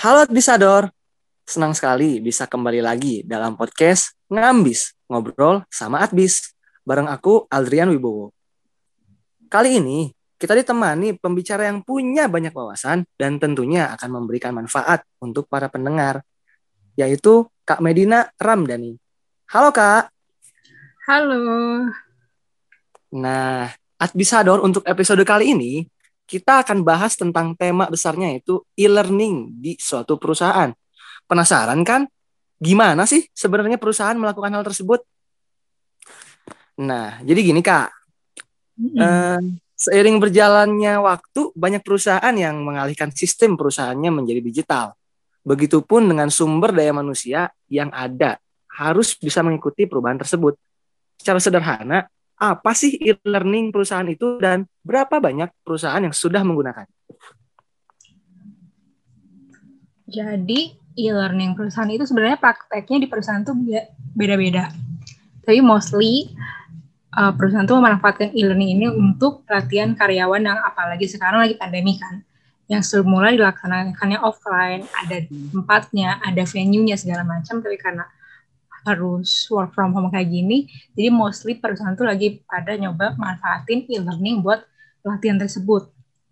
Halo Adbisador, senang sekali bisa kembali lagi dalam podcast Ngambis, Ngobrol sama Adbis, bareng aku Aldrian Wibowo. Kali ini kita ditemani pembicara yang punya banyak wawasan dan tentunya akan memberikan manfaat untuk para pendengar, yaitu Kak Medina Ramdhani. Halo Kak. Halo, Nah, Adbisador untuk episode kali ini kita akan bahas tentang tema besarnya yaitu e-learning di suatu perusahaan. Penasaran kan? Gimana sih sebenarnya perusahaan melakukan hal tersebut? Nah, jadi gini Kak, mm, eh, seiring berjalannya waktu, banyak perusahaan yang mengalihkan sistem perusahaannya menjadi digital. Begitupun dengan sumber daya manusia yang ada, harus bisa mengikuti perubahan tersebut. Secara sederhana, apa sih e-learning perusahaan itu dan berapa banyak perusahaan yang sudah menggunakan? jadi e-learning perusahaan itu sebenarnya prakteknya di perusahaan tuh beda-beda. Tapi mostly perusahaan tuh memanfaatkan e-learning ini untuk pelatihan karyawan yang apalagi sekarang lagi pandemi kan. Yang semula dilaksanakannya offline, ada tempatnya, ada venue-nya segala macam, tapi karena harus work from home kayak gini, jadi mostly perusahaan tuh lagi pada nyoba manfaatin e-learning buat pelatihan tersebut.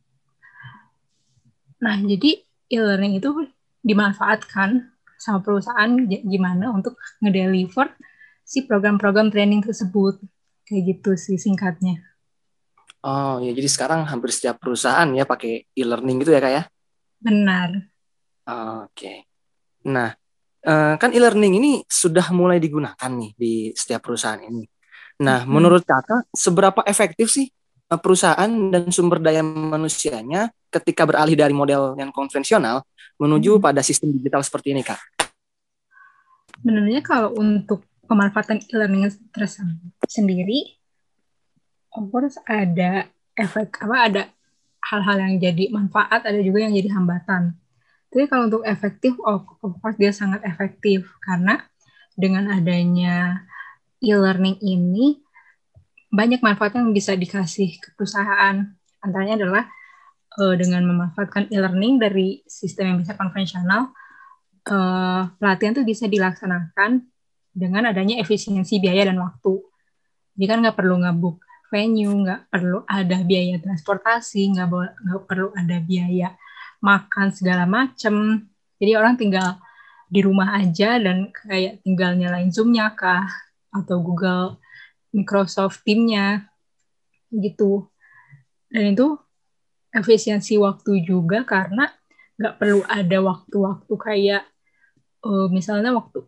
Nah, jadi e-learning itu dimanfaatkan sama perusahaan gimana untuk ngedeliver si program-program training tersebut. Kayak gitu sih singkatnya. Oh ya, jadi sekarang hampir setiap perusahaan ya pakai e-learning gitu ya Kak ya? Benar. Oke. Nah, kan e-learning ini sudah mulai digunakan nih di setiap perusahaan ini. Nah, Hmm. menurut kakak, seberapa efektif sih perusahaan dan sumber daya manusianya ketika beralih dari model yang konvensional menuju pada sistem digital seperti ini, Kak? Sebenarnya kalau untuk pemanfaatan e-learning sendiri, of course ada efek apa ada hal-hal yang jadi manfaat, ada juga yang jadi hambatan. Tapi kalau untuk efektif, of course dia sangat efektif karena dengan adanya e-learning ini banyak manfaat yang bisa dikasih ke perusahaan. Antaranya adalah dengan memanfaatkan e-learning dari sistem yang bisa konvensional, pelatihan itu bisa dilaksanakan dengan adanya efisiensi biaya dan waktu. Jadi kan nggak perlu ngebook venue, nggak perlu ada biaya transportasi, nggak perlu ada biaya makan segala macem. Jadi orang tinggal di rumah aja dan kayak tinggal nyalain Zoom-nya kah atau Google Microsoft Team-nya gitu. Dan itu efisiensi waktu juga karena nggak perlu ada waktu-waktu kayak misalnya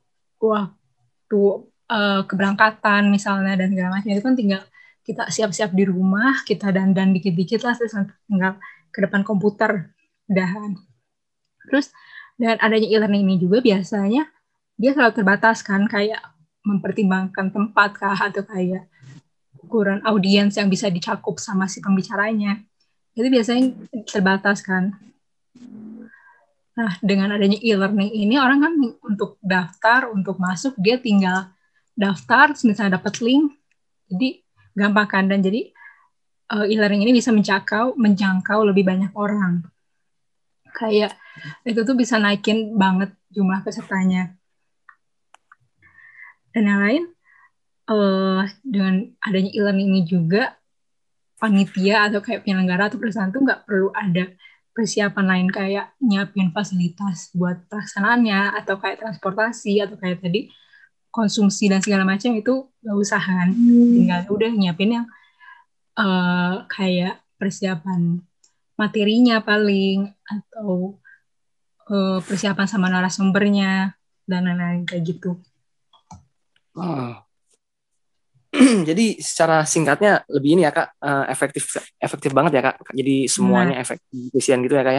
waktu keberangkatan misalnya dan segala macam itu kan tinggal kita siap-siap di rumah, kita dandan dikit-dikit lah terus tinggal ke depan komputer udahan. Terus dengan adanya e-learning ini juga biasanya dia selalu terbatas kan kayak mempertimbangkan tempat kah atau kayak ukuran audiens yang bisa dicakup sama si pembicaranya. Itu biasanya terbatas kan. Nah, dengan adanya e-learning ini orang kan untuk daftar, untuk masuk dia tinggal daftar, misalnya dapat link, jadi gampang kan dan jadi e-learning ini bisa menjangkau lebih banyak orang. Kayak itu tuh bisa naikin banget jumlah pesertanya. Dan yang lain dengan adanya e-learning ini juga panitia atau kayak penyelenggara atau perusahaan tuh nggak perlu ada persiapan lain kayak nyiapin fasilitas buat pelaksanaannya atau kayak transportasi atau kayak tadi konsumsi dan segala macam itu nggak usahan tinggal udah nyiapin yang kayak persiapan materinya paling atau persiapan sama narasumbernya dan lain-lain kayak gitu. Oh. Jadi secara singkatnya lebih ini ya Kak, efektif efektif banget ya Kak. Jadi semuanya Benar. efisien gitu ya Kak ya.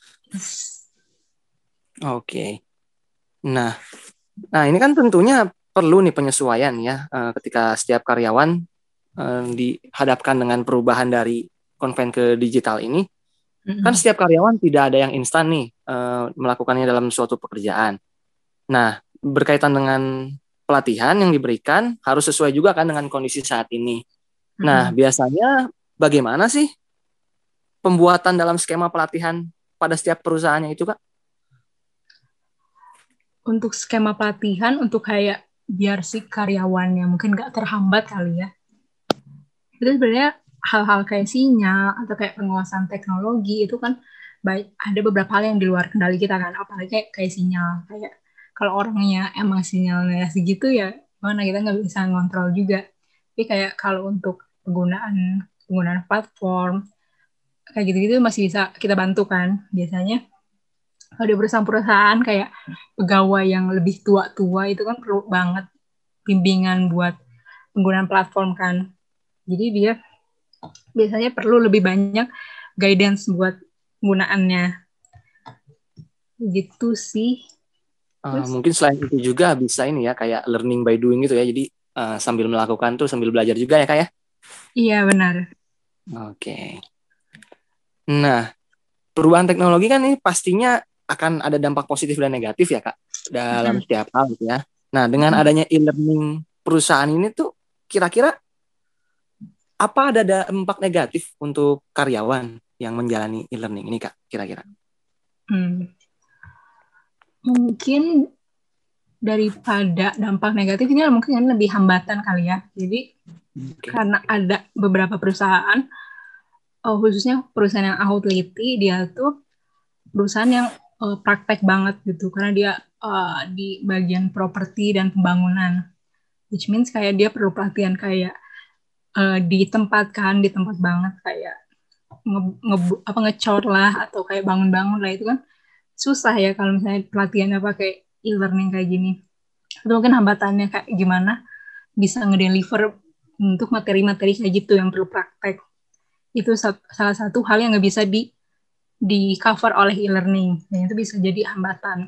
Oke. Nah, nah ini kan tentunya perlu nih penyesuaian ya ketika setiap karyawan dihadapkan dengan perubahan dari konven ke digital ini. Kan Mm-mm. setiap karyawan tidak ada yang instan nih melakukannya dalam suatu pekerjaan. Nah, berkaitan dengan pelatihan yang diberikan harus sesuai juga kan dengan kondisi saat ini. Nah, Mm-mm. biasanya bagaimana sih pembuatan dalam skema pelatihan pada setiap perusahaannya itu, Kak? untuk skema pelatihan untuk kayak biar si karyawannya mungkin nggak terhambat kali ya. Itu sebenarnya hal-hal kayak sinyal atau kayak penguasaan teknologi itu kan baik ada beberapa hal yang di luar kendali kita kan, apalagi kayak sinyal, kayak kalau orangnya emang sinyalnya segitu ya mana kita nggak bisa ngontrol juga. Tapi kayak kalau untuk penggunaan penggunaan platform kayak gitu-gitu masih bisa kita bantu kan. Biasanya kalau di perusahaan-perusahaan kayak pegawai yang lebih tua-tua itu kan perlu banget bimbingan buat penggunaan platform kan. Jadi dia biasanya perlu lebih banyak guidance buat penggunaannya. Gitu sih. Terus, Mungkin selain itu juga bisa ini ya kayak learning by doing gitu ya. Jadi sambil melakukan tuh sambil belajar juga ya kak ya. iya benar. Oke. Nah, perubahan teknologi kan ini pastinya akan ada dampak positif dan negatif ya kak dalam Mm-mm. setiap hal gitu ya. Nah, dengan Mm-mm. adanya e-learning perusahaan ini tuh kira-kira apa ada dampak negatif untuk karyawan yang menjalani e-learning ini kak kira-kira? Hmm. Mungkin daripada dampak negatifnya mungkin lebih hambatan kali ya. Jadi Oke. karena ada beberapa perusahaan, khususnya perusahaan yang aku teliti, dia tuh perusahaan yang praktek banget gitu. Karena dia di bagian properti dan pembangunan. Which means kayak dia perlu pelatihan kayak di tempat kan, di tempat banget kayak ngecor lah atau kayak bangun-bangun lah itu kan susah ya kalau misalnya pelatihannya pakai e-learning kayak gini. Itu mungkin hambatannya kayak gimana bisa ngedeliver untuk materi-materi kayak gitu yang perlu praktek. Itu salah satu hal yang nggak bisa di cover oleh e-learning dan itu bisa jadi hambatan.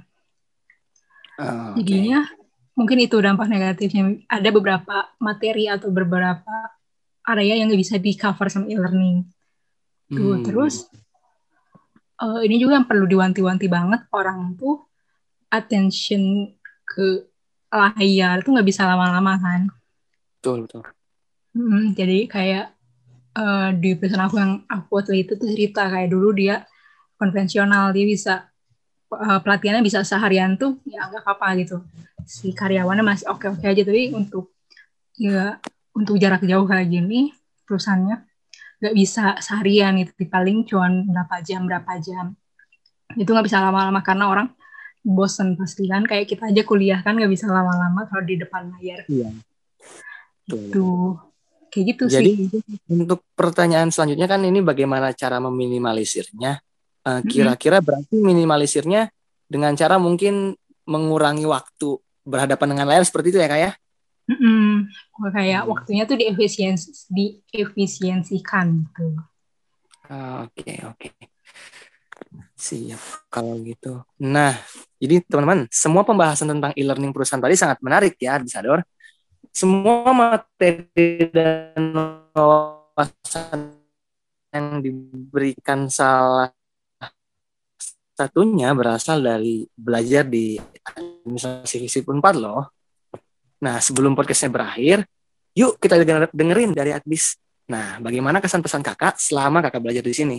Oke. Jadinya mungkin itu dampak negatifnya. Ada beberapa materi atau beberapa area yang nggak bisa di cover sama e-learning. Tuh, Hmm, terus ini juga yang perlu diwanti-wanti banget orang tuh attention ke layar tuh nggak bisa lama-lama kan. betul betul. Jadi kayak di perusahaan aku yang aku waktu itu tuh cerita kayak dulu dia konvensional dia bisa pelatihannya bisa seharian tuh ya nggak apa-apa gitu. Si karyawannya masih oke-oke aja tapi ya untuk jarak jauh kayak gini perusahaannya nggak bisa seharian itu paling cuma berapa jam itu nggak bisa lama-lama karena orang bosen pasti kan kayak kita aja kuliah kan nggak bisa lama-lama kalau di depan layar Iya, betul itu betul. kayak gitu sih. Jadi untuk pertanyaan selanjutnya kan ini bagaimana cara meminimalisirnya? Mm-mm. Kira-kira berarti minimalisirnya dengan cara mungkin mengurangi waktu berhadapan dengan layar seperti itu ya kak ya? Mm-mm. Kayak Hmm. waktunya tuh diefisiensikan gitu. Oke oke siap kalau gitu. Nah jadi teman-teman semua pembahasan tentang e-learning perusahaan tadi sangat menarik ya Disador. Semua materi dan wawasan yang diberikan salah satunya berasal dari belajar di administrasi FISIP 4 loh. Nah, sebelum podcastnya berakhir, yuk kita dengerin dari Adbis. Nah, bagaimana kesan pesan kakak selama kakak belajar di sini?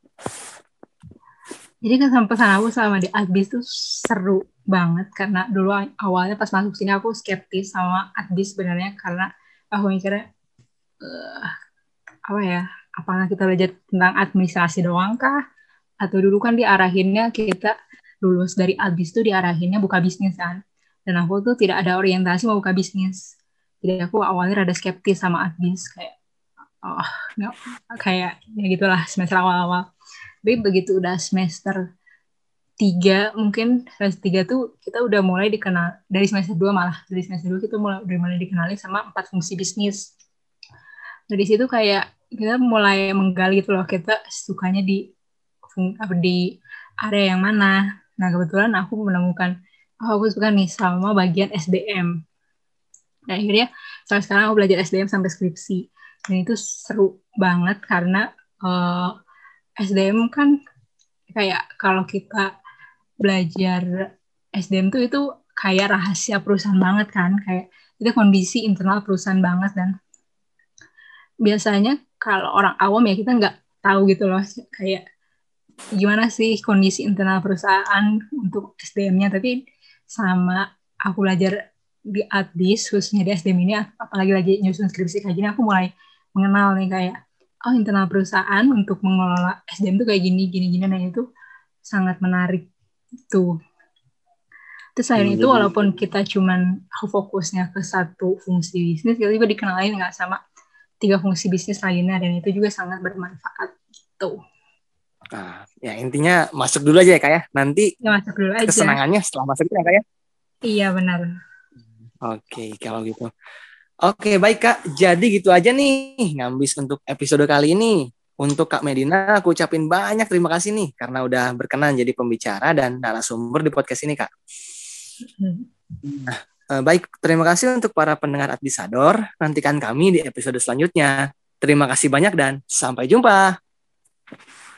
Jadi kesan pesan aku selama di Adbis tuh seru banget karena dulu awalnya pas masuk sini aku skeptis sama Adbis sebenarnya karena aku mikirnya eh, apa ya apakah kita belajar tentang administrasi doang kah atau dulu kan diarahinnya kita lulus dari Adbis tuh diarahinnya buka bisnis kan dan aku tuh tidak ada orientasi mau buka bisnis jadi aku awalnya rada skeptis sama Adbis kayak oh nggak kayak ya gitulah semester awal-awal tapi begitu udah semester 3 mungkin semester 3 tuh kita udah mulai dikenal dari semester 2 malah dari semester 2 kita mulai dikenali sama 4 fungsi bisnis. Dari situ kayak kita mulai menggali gitu loh kita sukanya di area yang mana. Nah kebetulan aku menemukan oh, aku suka nih sama bagian SDM. Nah akhirnya sampai sekarang aku belajar SDM sampai skripsi dan itu seru banget karena SDM kan kayak kalau kita belajar SDM tuh itu kayak rahasia perusahaan banget kan kayak itu kondisi internal perusahaan banget dan biasanya kalau orang awam ya kita nggak tahu gitu loh kayak gimana sih kondisi internal perusahaan untuk SDM-nya tapi sama aku belajar di Adbis, khususnya di SDM ini, apalagi lagi nyusun skripsi kayak gini, aku mulai mengenal nih kayak, oh internal perusahaan untuk mengelola SDM tuh kayak gini, gini, gini, nah itu sangat menarik tuh. Terus selain itu, Jadi walaupun kita cuman fokusnya ke satu fungsi bisnis, kita juga dikenalin nggak sama 3 fungsi bisnis lainnya, dan itu juga sangat bermanfaat gitu. ya intinya masuk dulu aja ya Kak ya. Nanti Ya masuk dulu aja. kesenangannya setelah masuk ya Kak ya. Iya benar. Oke, kalau gitu. Oke, baik Kak. Jadi gitu aja nih ngambis untuk episode kali ini. Untuk Kak Medina, aku ucapin banyak terima kasih nih karena udah berkenan jadi pembicara dan narasumber di podcast ini Kak. Nah, baik, terima kasih untuk para pendengar Adbisador. Nantikan kami di episode selanjutnya. Terima kasih banyak dan sampai jumpa.